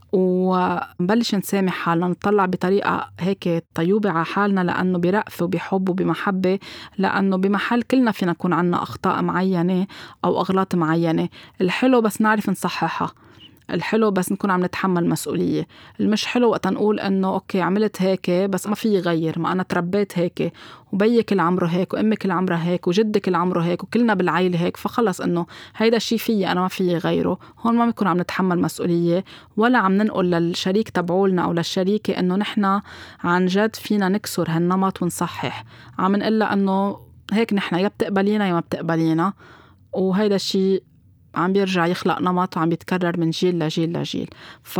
ونبلش نسامح حالنا، نطلع بطريقة هيك طيوبة على حالنا، لأنه برأفة وبحب وبمحبة، لأنه بمحل كلنا فينا نكون عنا أخطاء معينة أو أغلاط معينة. الحلو بس نعرف نصححها، الحلو بس نكون عم نتحمل مسؤولية. المش حلو وقت نقول انه اوكي عملت هيك بس ما في يغير، ما انا تربيت هيك وبيي كل عمره هيك وامي كل عمرها هيك وجدي كل عمره هيك وكلنا بالعائلة هيك، فخلص انه هيدا الشي فيي انا ما في غيره. هون ما بنكون عم نتحمل مسؤولية ولا عم ننقل للشريك تبعولنا او للشريكة انه نحنا عن جد فينا نكسر هالنمط ونصحح. عم نقلها انه هيك نحنا يا بتقبلينا يا ما بتقبلينا، وهيدا الشي عم بيرجع يخلق نمط وعم بيتكرر من جيل لجيل لجيل.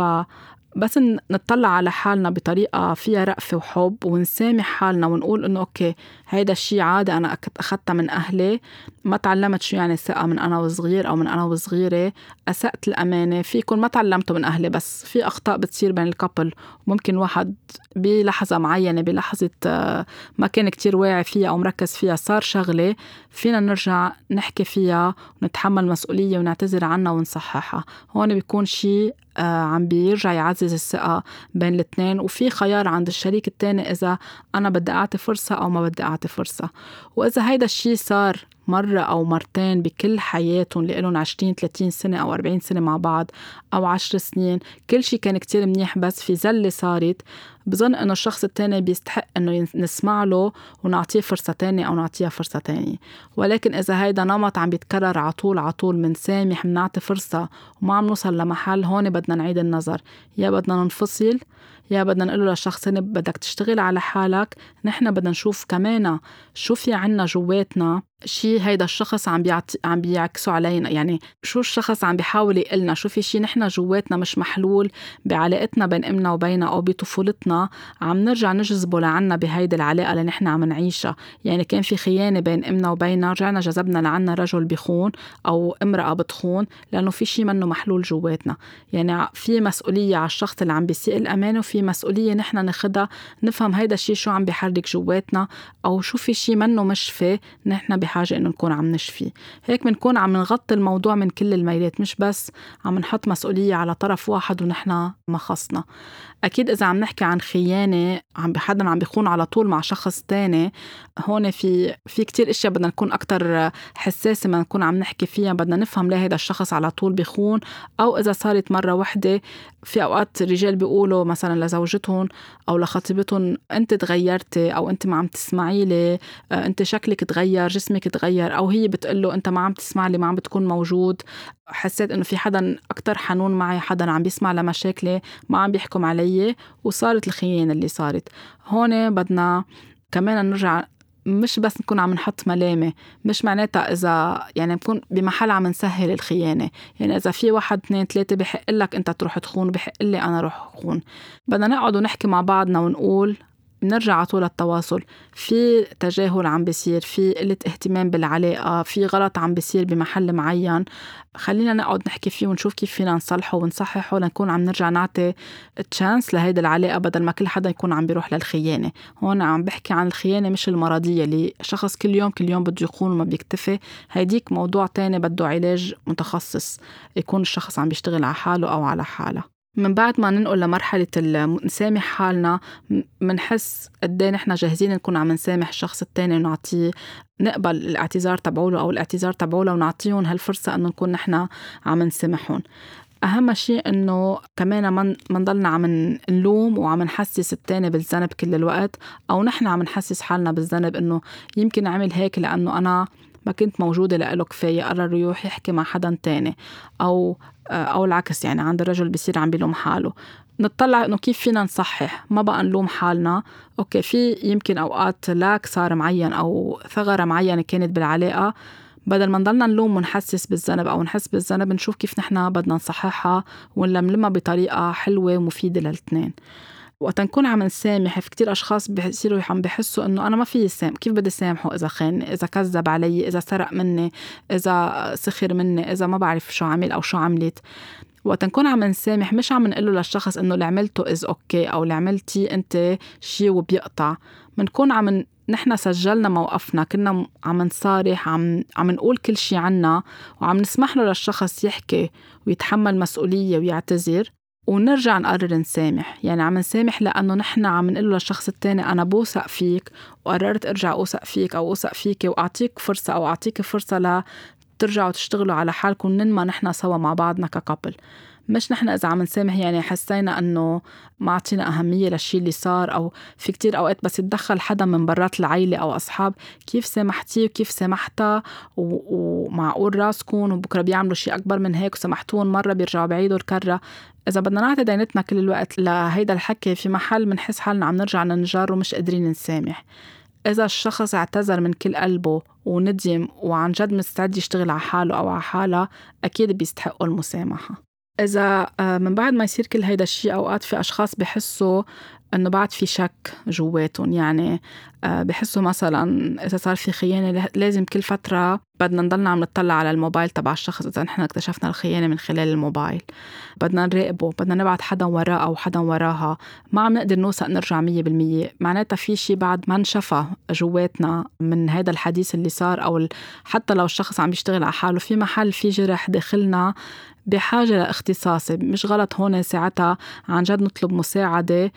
فبس نطلع على حالنا بطريقة فيها رأفة وحب ونسامح حالنا ونقول إنه أوكي هيدا الشي عادة أنا أخدتها من أهلي، ما تعلمت شو يعني ثقة من أنا وصغير أو من أنا وصغيرة، أسأت الأمانة، فيكن ما تعلمته من أهلي. بس في أخطاء بتصير بين الكابل، ممكن واحد بلحظة معينة بلحظة ما كان كتير واعي فيها أو مركز فيها صار شغلة فينا نرجع نحكي فيها ونتحمل مسؤولية ونعتذر عنها ونصححها. هون بيكون شيء عم بيرجع يعزز الثقة بين الاثنين، وفي خيار عند الشريك التاني إذا أنا بدي أعطي فرصة أو ما بدي أعطي فرصة. وإذا هيدا الشيء صار مرة أو مرتين بكل حياتهم اللي لهم عشرين ثلاثين سنة أو أربعين سنة مع بعض أو عشر سنين، كل شيء كان كتير منيح، بس في زلة صارت، بظن أنه الشخص التاني بيستحق أنه نسمع له ونعطيه فرصة تانية أو نعطيها فرصة تانية. ولكن إذا هيدا نمط عم بيتكرر عطول عطول من سامح منعطي فرصة وما عم نوصل لمحل، هون بدنا نعيد النظر، يا بدنا ننفصل يا بدنا نقول له للشخص إنه بدك تشتغل على حالك. نحن بدنا نشوف كمان شو في عنا جواتنا شيء هيدا الشخص عم بيعطي عم بيعكسوا علينا، يعني شو الشخص عم بيحاول يقلنا، شو في شيء نحن جواتنا مش محلول بعلاقتنا بين امنا وبيننا او بطفولتنا عم نرجع نجذبه لعنا بهيدي العلاقه اللي نحن عم نعيشها. يعني كان في خيانه بين امنا وبيننا، رجعنا جذبنا لعنا رجل بيخون او امراه بتخون، لانه في شيء منه محلول جواتنا. يعني في مسؤوليه على الشخص اللي عم بيسيء الامانه، وفي مسؤوليه نحن ناخدها نفهم هيدا الشيء شو عم بيحرك جواتنا، او شو في شيء منه مشفي نحن بحاجة إنه نكون عم نشفي. هيك بنكون عم نغطي الموضوع من كل الميلات، مش بس عم نحط مسؤولية على طرف واحد ونحن ما خصنا. أكيد إذا عم نحكي عن خيانة، عم بحدا عم بيخون على طول مع شخص تاني، هون في في كتير إشياء بدنا نكون أكتر حساسة ما نكون عم نحكي فيها. بدنا نفهم ليه هذا الشخص على طول بيخون، أو إذا صارت مرة واحدة. في أوقات رجال بيقولوا مثلا لزوجتهم أو لخطيبتهم أنت تغيرتي، أو أنت ما عم تسمعي لي، أنت شكلك تغير، جسمك تغير، أو هي بتقله أنت ما عم تسمع لي، ما عم بتكون موجود. حسيت إنه في حدا أكتر حنون معي، حدا عم بيسمع لمشاكلي، ما عم بيحكم علي، وصارت الخيانة اللي صارت. هون بدنا كمان نرجع، مش بس نكون عم نحط ملامة، مش معناتها إذا يعني نكون بمحل عم نسهل الخيانة. يعني إذا في واحد اثنين ثلاثة بحق لك أنت تروح تخون، بحق لي أنا روح أخون. بدنا نقعد ونحكي مع بعضنا ونقول بنرجع على طول التواصل. في تجاهل عم بيصير، في قلة اهتمام بالعلاقة، في غلط عم بيصير بمحل معين، خلينا نقعد نحكي فيه ونشوف كيف فينا نصلحه ونصححه لنكون عم نرجع نعطي تشانس لهيدا العلاقة، بدل ما كل حدا يكون عم بيروح للخيانة. هون عم بحكي عن الخيانة مش المرضية اللي شخص كل يوم كل يوم بده يخون وما بيكتفي. هيديك موضوع تاني بده علاج متخصص، يكون الشخص عم بيشتغل على حاله أو على حالة. من بعد ما ننقل لمرحلة نسامح حالنا، منحس قديه نحن جاهزين نكون عم نسامح الشخص التاني ونعطيه، نقبل الاعتذار تبعوله أو الاعتذار تبعوله ونعطيهم هالفرصة أنه نكون نحن عم نسامحهم. أهم شيء أنه كمان ما نضلنا عم نلوم وعم نحسس التاني بالذنب كل الوقت، أو نحن عم نحسس حالنا بالذنب أنه يمكن عمل هيك لأنه أنا ما كنت موجودة لأله كفاية، قرر يروح يحكي مع حدا تاني، أو أو العكس. يعني عند الرجل بيصير عم بيلوم حاله. نطلع إنه كيف فينا نصحح، ما بقى نلوم حالنا. أوكي، في يمكن أوقات لاك صار معين أو ثغرة معينة كانت بالعلاقة، بدل ما نضلنا نلوم ونحسس بالذنب أو نحس بالذنب، نشوف كيف نحنا بدنا نصححها ونلملمها بطريقة حلوة ومفيدة للاثنين. وقت نكون عم نسامح، في كتير أشخاص بيصيروا عم بيحسوا إنه أنا ما في سام، كيف بدي سامحه إذا خان، إذا كذب علي، إذا سرق مني، إذا سخر مني، إذا ما بعرف شو عمل أو شو عملت. وقت نكون عم نسامح مش عم نقوله للشخص إنه اللي عملته إز أوكي أو اللي عملتي أنت شي وبيقطع. منكون عم نحن سجلنا موقفنا، كنا عم نصارح، عم عم نقول كل شي عنا، وعم نسمح له للشخص يحكي ويتحمل مسؤولية ويعتذر، ونرجع نقرر نسامح. يعني عم نسامح لأنه نحن عم نقول للشخص التاني أنا بوثق فيك وقررت أرجع أوثق فيك أو أوثق فيك وأعطيك فرصة أو أعطيك فرصة لا ترجعوا تشتغلوا على حالكم، ننمى نحن سوا مع بعضنا ككابل. مش نحن إذا عم نسامح يعني حسينا أنه ما عطينا أهمية للشي اللي صار. أو في كتير أوقات بس يتدخل حدا من برات العيلة أو أصحاب، كيف سامحتيه وكيف سامحتها ومعقول راسكم وبكرة بيعملوا شي أكبر من هيك وسامحتون مرة بيرجعوا بعيدوا الكرة. إذا بدنا نعطي دينتنا كل الوقت لهيدا الحكي في محل منحس حالنا عم نرجع ننجر ومش قادرين نسامح. إذا الشخص اعتذر من كل قلبه وندم وعن جد مستعد يشتغل على حاله أو على حالة، أكيد بيستحقوا المسامحة. إذا من بعد ما يصير كل هيدا الشيء، أوقات في أشخاص بحسوا أنه بعد في شك جواتهم. يعني بحسوا مثلا إذا صار في خيانة لازم كل فترة بدنا نضلنا عم نطلع على الموبايل تبع الشخص. إذا نحن اكتشفنا الخيانة من خلال الموبايل بدنا نراقبه، بدنا نبعت حدا وراه أو حدا وراها، ما عم نقدر نوثق نرجع مية بالمية. معناتها في شيء بعد ما انشفى جواتنا من هذا الحديث اللي صار، أو حتى لو الشخص عم يشتغل على حاله في محل في جرح داخلنا بحاجة لاختصاصي. مش غلط هون ساعتها عن جد نطلب مساعدة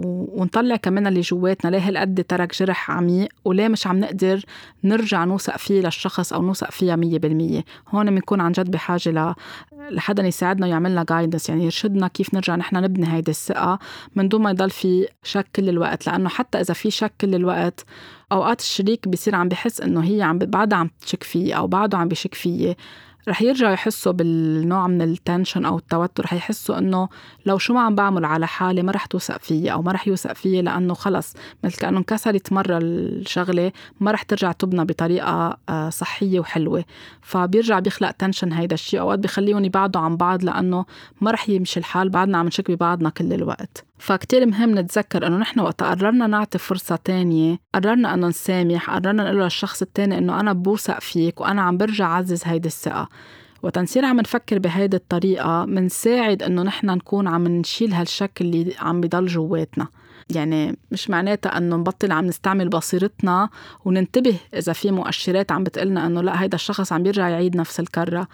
ونطلع كمان اللي جواتنا، ليه هالقد ترك جرح عميق وليه مش عم نقدر نرجع نوثق فيه للشخص أو نوثق فيها مية بالمية. هون بنكون عن جد بحاجة لحدا يساعدنا ويعملنا guidance، يعني يرشدنا كيف نرجع نحن نبني هيدا الثقة من دون ما يضل في شك كل الوقت. لأنه حتى إذا في شك كل الوقت، أوقات الشريك بيصير عم بيحس إنه هي عم بعدها عم تشك فيه أو بعده عم بيشك فيه، رح يرجعوا يحسوا بالنوع من التنشن أو التوتر. رح يحسوا إنه لو شو ما عم بعمل على حالي ما رح توثق فيه أو ما رح يوثق فيه، لأنه خلص مثل كأنه انكسرت مرة الشغلة ما رح ترجع تبنى بطريقة صحية وحلوة. فبيرجع بيخلق تنشن. هيدا الشيء أوقات بيخليهم يبعدوا عن بعض لأنه ما رح يمشي الحال، بعدنا عم نشك ببعضنا كل الوقت. فكتير مهم نتذكر أنه نحن وقت قررنا نعطي فرصة تانية، قررنا أنه نسامح، قررنا نقول للشخص التاني أنه أنا بوثق فيك وأنا عم برجع عزز هيدا الثقة. وتنصير عم نفكر بهيدا الطريقة منساعد أنه نحن نكون عم نشيل هالشك اللي عم بيضل جواتنا. يعني مش معناتها أنه نبطل عم نستعمل بصيرتنا وننتبه إذا في مؤشرات عم بتقلنا أنه لا هيدا الشخص عم بيرجع يعيد نفس الكرة.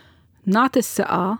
نعطي الثقة،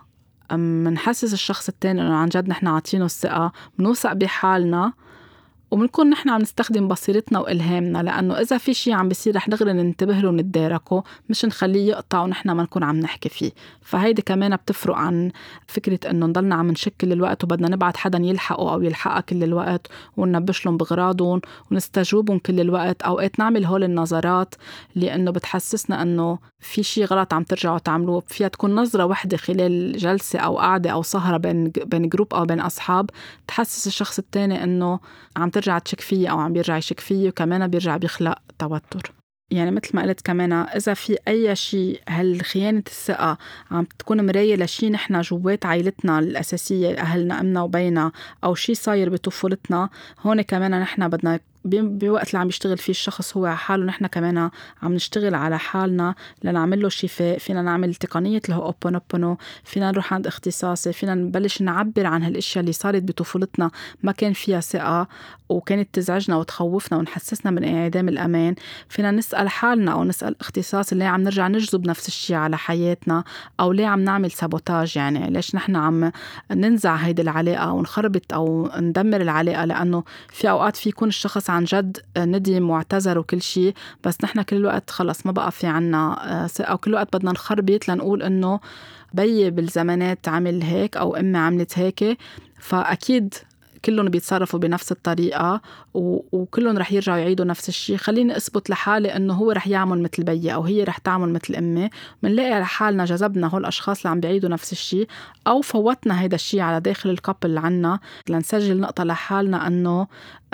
منحسس الشخص التاني أنه عن جد نحن عاطينه الثقة، منوثق بحالنا، ومنكون نحن عم نستخدم بصيرتنا وإلهامنا. لأنه إذا في شيء عم بيصير رح نغري ننتبه له ونتداركه، مش نخليه يقطع ونحن ما نكون عم نحكي فيه. فهيدي كمان بتفرق عن فكرة أنه نضلنا عم نشك كل الوقت وبدنا نبعت حدا يلحقه أو يلحقها كل الوقت وننبش لهم بغراضهم ونستجوبهم كل الوقت. أوقات نعمل هول النظرات لأنه بتحسسنا أنه في شيء غلط عم ترجعوا تعملوه. فيها تكون نظرة واحدة خلال جلسة أو قعدة أو سهرة بين بين جروب أو بين أصحاب، تحسس الشخص التاني أنه عم ترجع تشك فيه أو عم بيرجع يشك فيه، وكمان بيرجع بيخلق توتر. يعني مثل ما قلت كمان، إذا في أي شيء هالخيانة الثقة عم تكون مراية لشي نحن جوات عائلتنا الأساسية، أهلنا أمنا وبينا، أو شيء صاير بطفولتنا، هون كمان نحن بدنا بوقت اللي عم يشتغل فيه الشخص هو على حاله، نحن كمان عم نشتغل على حالنا لنعمل له شفاء. فينا نعمل تقنية اللي هو أوبونوبونو، فينا نروح عند اختصاصي، فينا نبلش نعبر عن هالاشياء اللي صارت بطفولتنا ما كان فيها ثقة وكانت تزعجنا وتخوفنا ونحسسنا من انعدام الأمان. فينا نسأل حالنا أو نسأل اختصاص اللي عم نرجع نجذب نفس الشيء على حياتنا، أو ليه عم نعمل سابوتاج، يعني ليش نحن عم ننزع هيدي العلاقة ونخربط أو ندمر العلاقة. لأنه في أوقات في يكون الشخص عن جد ندم واعتذر وكل شيء، بس نحن كل الوقت خلص ما بقى في عنا ثقة، أو كل الوقت بدنا نخربط لنقول إنه بي بالزمانات عمل هيك أو أمي عملت هيك، فأكيد كلهم بيتصرفوا بنفس الطريقة وكلهم رح يرجعوا يعيدوا نفس الشيء. خليني أثبت لحالي إنه هو رح يعمل مثل بيي أو هي رح تعمل مثل أمي، منلاقي على حالنا جذبنا هول الأشخاص اللي عم بيعيدوا نفس الشيء، أو فوتنا هيدا الشيء على داخل الكابل عنا لنسجل نقطة لحالنا إنه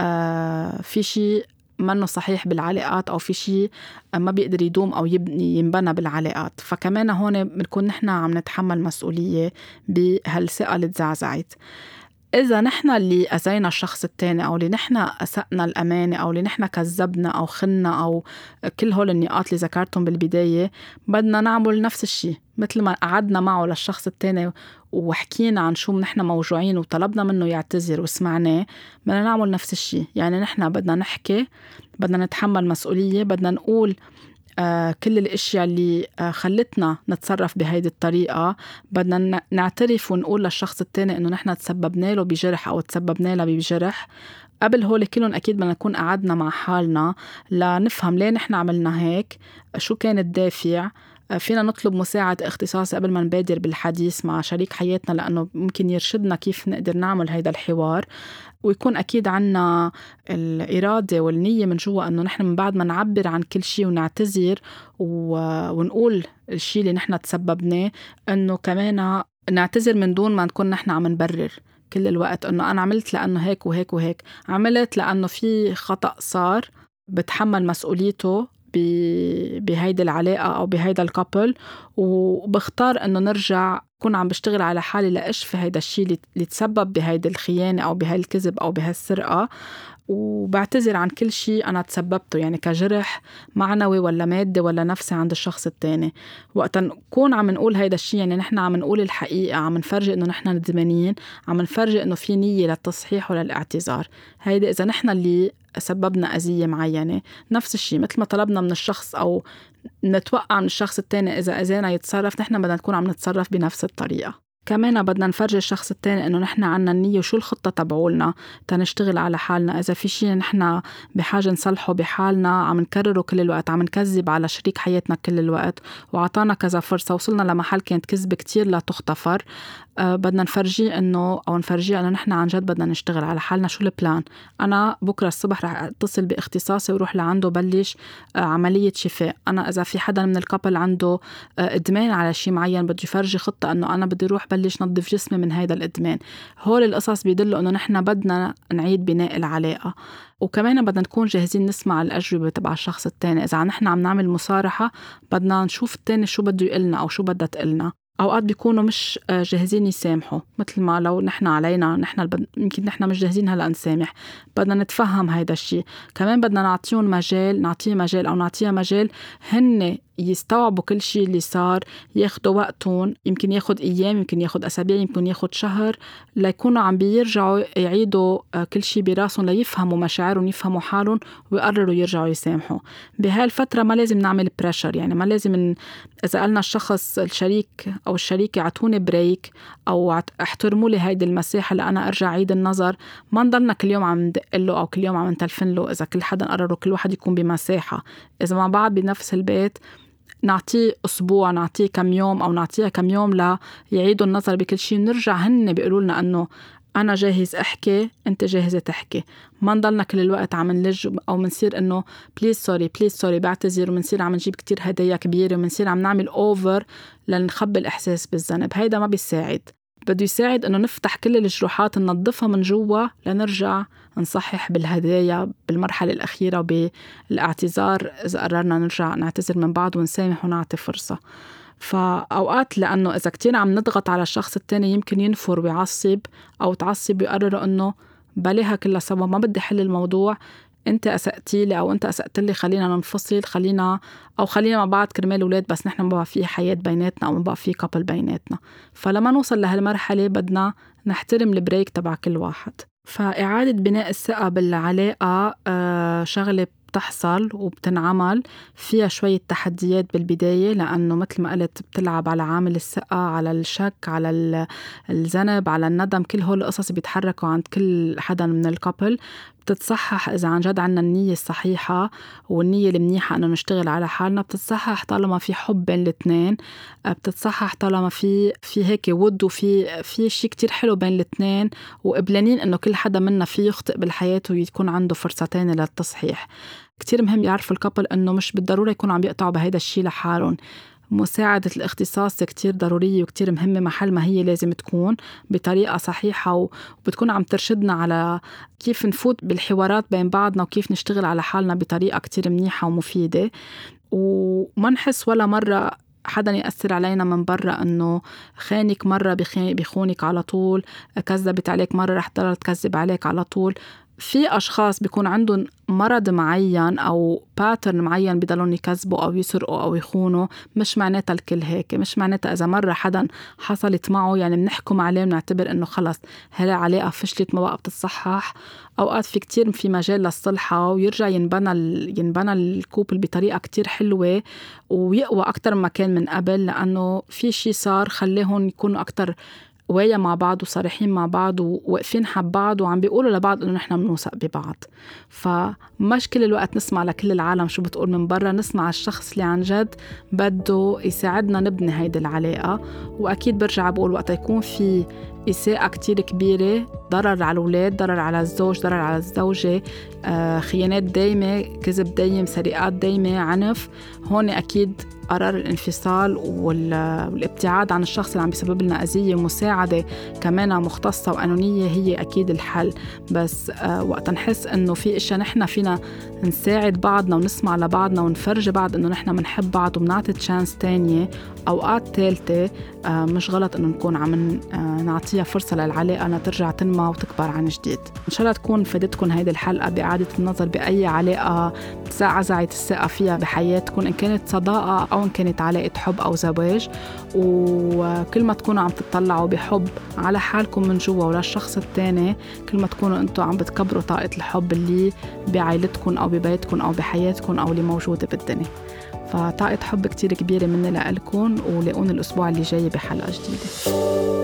آه في شيء منه صحيح بالعلاقات، أو في شيء ما بيقدر يدوم أو يبني ينبنى بالعلاقات. فكمان هون بنكون نحن عم نتحمل مسؤولية بهالثقة اللي تزعزعت. إذا نحن اللي أذينا الشخص التاني، أو اللي نحن أسأنا الأمانة، أو اللي نحن كذبنا أو خنا، أو كل هول النقاط اللي ذكرتهم بالبداية، بدنا نعمل نفس الشيء. مثل ما قعدنا معه للشخص التاني وحكينا عن شو نحن موجوعين وطلبنا منه يعتذر وسمعناه، بدنا نعمل نفس الشيء. يعني نحن بدنا نحكي، بدنا نتحمل مسؤولية، بدنا نقول آه كل الاشياء اللي آه خلتنا نتصرف بهيدي الطريقة، بدنا نعترف ونقول للشخص التاني انه نحن تسببنا له بجرح او تسببنا له بجرح. قبل هول كلهم اكيد بدنا نكون قعدنا مع حالنا لنفهم ليه نحن عملنا هيك، شو كان الدافع. آه فينا نطلب مساعدة اختصاصي قبل ما نبادر بالحديث مع شريك حياتنا، لأنه ممكن يرشدنا كيف نقدر نعمل هيدا الحوار. ويكون أكيد عنا الإرادة والنية من جوا أنه نحن من بعد ما نعبر عن كل شيء ونعتذر ونقول الشيء اللي نحن تسببناه، أنه كمان نعتذر من دون ما نكون نحن عم نبرر كل الوقت أنه أنا عملت لأنه هيك وهيك وهيك، عملت لأنه في خطأ صار، بتحمل مسؤوليته بهيدا العلاقة أو بهيدا الكابل، وبختار أنه نرجع كون عم بشتغل على حالي لأشفي هيدا الشيء اللي تسبب بهيدا الخيانة أو بهاي الكذب أو بهالسرقة، وبعتذر عن كل شيء أنا تسببته، يعني كجرح معنوي ولا مادي ولا نفسي عند الشخص التاني. وقتا نكون عم نقول هيدا الشيء، يعني نحن عم نقول الحقيقة، عم نفرجي إنه نحن ندمانين، عم نفرجي إنه في نية للتصحيح وللاعتذار. هيدا إذا نحن اللي سببنا أذية معينة. نفس الشيء مثل ما طلبنا من الشخص أو نتوقع من الشخص التاني إذا أذانا يتصرف، نحن بدنا نكون عم نتصرف بنفس الطريقة. كمان بدنا نفرجي الشخص التاني إنه نحن عنا النية وشو الخطة تبعولنا تنشتغل على حالنا. إذا في شيء نحن بحاجة نصلحه بحالنا عم نكرره كل الوقت، عم نكذب على شريك حياتنا كل الوقت، وعطانا كذا فرصة وصلنا لمحل كانت كذبة كتير لا تختفر، أه بدنا نفرجيه إنه أو نفرجيه إنه نحن عن جد بدنا نشتغل على حالنا. شو البلان؟ أنا بكرة الصبح رح أتصل باختصاصي وروح لعنده بلش أه عملية شفاء. أنا إذا في حدا من الكابل عنده أه إدمان على شيء معين، بدي فرجي خطة إنه أنا بدي روح بلش نظف جسمي من هيدا الإدمان. هول القصص بيدلوا إنه نحن بدنا نعيد بناء العلاقة. وكمان بدنا نكون جاهزين نسمع الأجوبة تبع الشخص التاني. إذا نحن عم نعمل مصارحة بدنا نشوف التاني شو بده يقلنا أو شو بدها تقلنا. أوقات بيكونوا مش جاهزين يسامحوا، مثل ما لو نحن علينا نحن البد... يمكن نحن مش جاهزين هلأ نسامح، بدنا نتفهم هيدا الشيء. كمان بدنا نعطيهم مجال، نعطيه مجال أو نعطيها مجال هن يستوعبوا كل شيء اللي صار، ياخدوا وقتهم، يمكن ياخد أيام، يمكن ياخد أسابيع، يمكن ياخد شهر، ليكونوا عم بيرجعوا يعيدوا كل شيء براسهم ليفهموا مشاعرهم، يفهموا حالهم ويقرروا يرجعوا يسامحوا. بهالفترة ما لازم نعمل بريشر، يعني ما لازم ن... إذا قلنا الشخص الشريك أو الشريكة عطوني بريك أو احترموا لي هيدي المساحة لأنا أرجع عيد النظر، ما نضلنا كل يوم عم ندقله أو كل يوم عم نتلفن له. إذا كل حدا قرروا كل واحد يكون بمساحة، إذا مع بعض بنفس البيت نعطيه أسبوع، نعطيه كم يوم أو نعطيها كم يوم لا يعيدوا النظر بكل شيء. نرجع هن بيقولوا لنا أنه أنا جاهز أحكي، أنت جاهزة تحكي. ما نضلنا كل الوقت عم نلج أو منصير إنه بليز سوري بليز سوري بعتذر، ومنصير عم نجيب كتير هدايا كبيرة، ومنصير عم نعمل أوفر لنخبي الإحساس بالذنب. هيدا ما بيساعد. بده يساعد إنه نفتح كل الجروحات ننظفها من جوا لنرجع نصحح بالهدايا بالمرحلة الأخيرة وبالاعتذار إذا قررنا نرجع نعتذر من بعض ونسامح ونعطي فرصة. فأوقات لأنه إذا كتير عم نضغط على الشخص التاني يمكن ينفر ويعصب أو تعصب ويقرر إنه بلاها كلها سوا، ما بدي حل الموضوع، أنت أسأتي لي أو أنت أسأت لي، خلينا ننفصل، خلينا أو خلينا مع بعض كرمال ولاد، بس نحن ما بقى في حياة بيناتنا أو ما بقى في كابل بيناتنا. فلما نوصل لهالمرحلة بدنا نحترم البريك تبع كل واحد. فإعادة بناء الثقة بالعلاقة آه شغلة بتحصل وبتنعمل فيها شوية تحديات بالبداية، لأنه مثل ما قلت بتلعب على عامل الثقة، على الشك، على الذنب، على الندم. كل هول القصص بيتحركوا عند كل حدا من الكابل. بتتصحح إذا عن جد عنا النية الصحيحة والنية المنيحة أنه نشتغل على حالنا. بتتصحح طالما في حب بين الاثنين، بتتصحح طالما في في هيك ود وفي في شيء كتير حلو بين الاثنين، وقبلانين أنه كل حدا منا فيه يخطئ بالحياة ويكون عنده فرصة تانية للتصحيح. كتير مهم يعرفوا الكابل أنه مش بالضرورة يكونوا عم يقطعوا بهيدا الشيء لحالهم. مساعدة الاختصاص كتير ضرورية وكتير مهمة محل ما هي لازم تكون بطريقة صحيحة، وبتكون عم ترشدنا على كيف نفوت بالحوارات بين بعضنا وكيف نشتغل على حالنا بطريقة كتير منيحة ومفيدة. وما نحس ولا مرة حدا يأثر علينا من برا أنه خانك مرة بيخونك على طول، كذبت عليك مرة رح تضل تكذب عليك على طول. في أشخاص بيكون عندهم مرض معين أو باترن معين بيضلون يكذبوا أو يسرقوا أو يخونوا. مش معناتها الكل هيك، مش معناتها إذا مرة حدا حصلت معه يعني بنحكم عليه ونعتبر إنه خلص هلا علاقة فشلت ما بقى بتتصحح. أوقات في كتير في مجال للصلحة ويرجع ينبنى ينبنى الكوبل بطريقة كتير حلوة ويقوى أكتر ما كان من قبل، لأنه في شي صار خليهم يكونوا أكتر ويا مع بعض وصريحين مع بعض ووقفين حب بعض وعم بيقولوا لبعض إنه نحن بنوثق ببعض. فمش كل الوقت نسمع لكل العالم شو بتقول من برا، نسمع الشخص اللي عن جد بده يساعدنا نبني هيدي العلاقة. وأكيد برجع بقول وقت يكون في إساءة كتير كبيرة، ضرر على الأولاد، ضرر على الزوج، ضرر على الزوجة، آه، خيانات دايمة، كذب دايم، سرقات دايمة، عنف، هون أكيد قرار الانفصال والابتعاد عن الشخص اللي عم بيسبب لنا أذية ومساعدة كمان مختصة وقانونية هي أكيد الحل. بس آه وقت نحس إنه في إشياء نحن فينا نساعد بعضنا ونسمع لبعضنا ونفرج بعض إنه نحن منحب بعض وبنعطي تشانس تانية أوقات ثالثة، آه مش غلط إنه نكون عم آه نعطيها فرصة للعلاقة أنها ترجع تنمى وتكبر عن جديد. إن شاء الله تكون فادتكم هيدي الحلقة بإعادة النظر بأي علاقة تزعزعت الثقة فيها بحياتكم، إن كانت صداقة أو إن كانت علاقة حب أو زواج. وكل ما تكونوا عم تطلعوا بحب على حالكم من جوا ولا الشخص التاني، كل ما تكونوا أنتوا عم بتكبروا طاقة الحب اللي بعائلتكم أو ببيتكم أو بحياتكم أو اللي موجودة بالدنيا. فطاقة حب كتير كبيرة مني لألكم، ولاقوني الأسبوع اللي جاي بحلقة جديدة.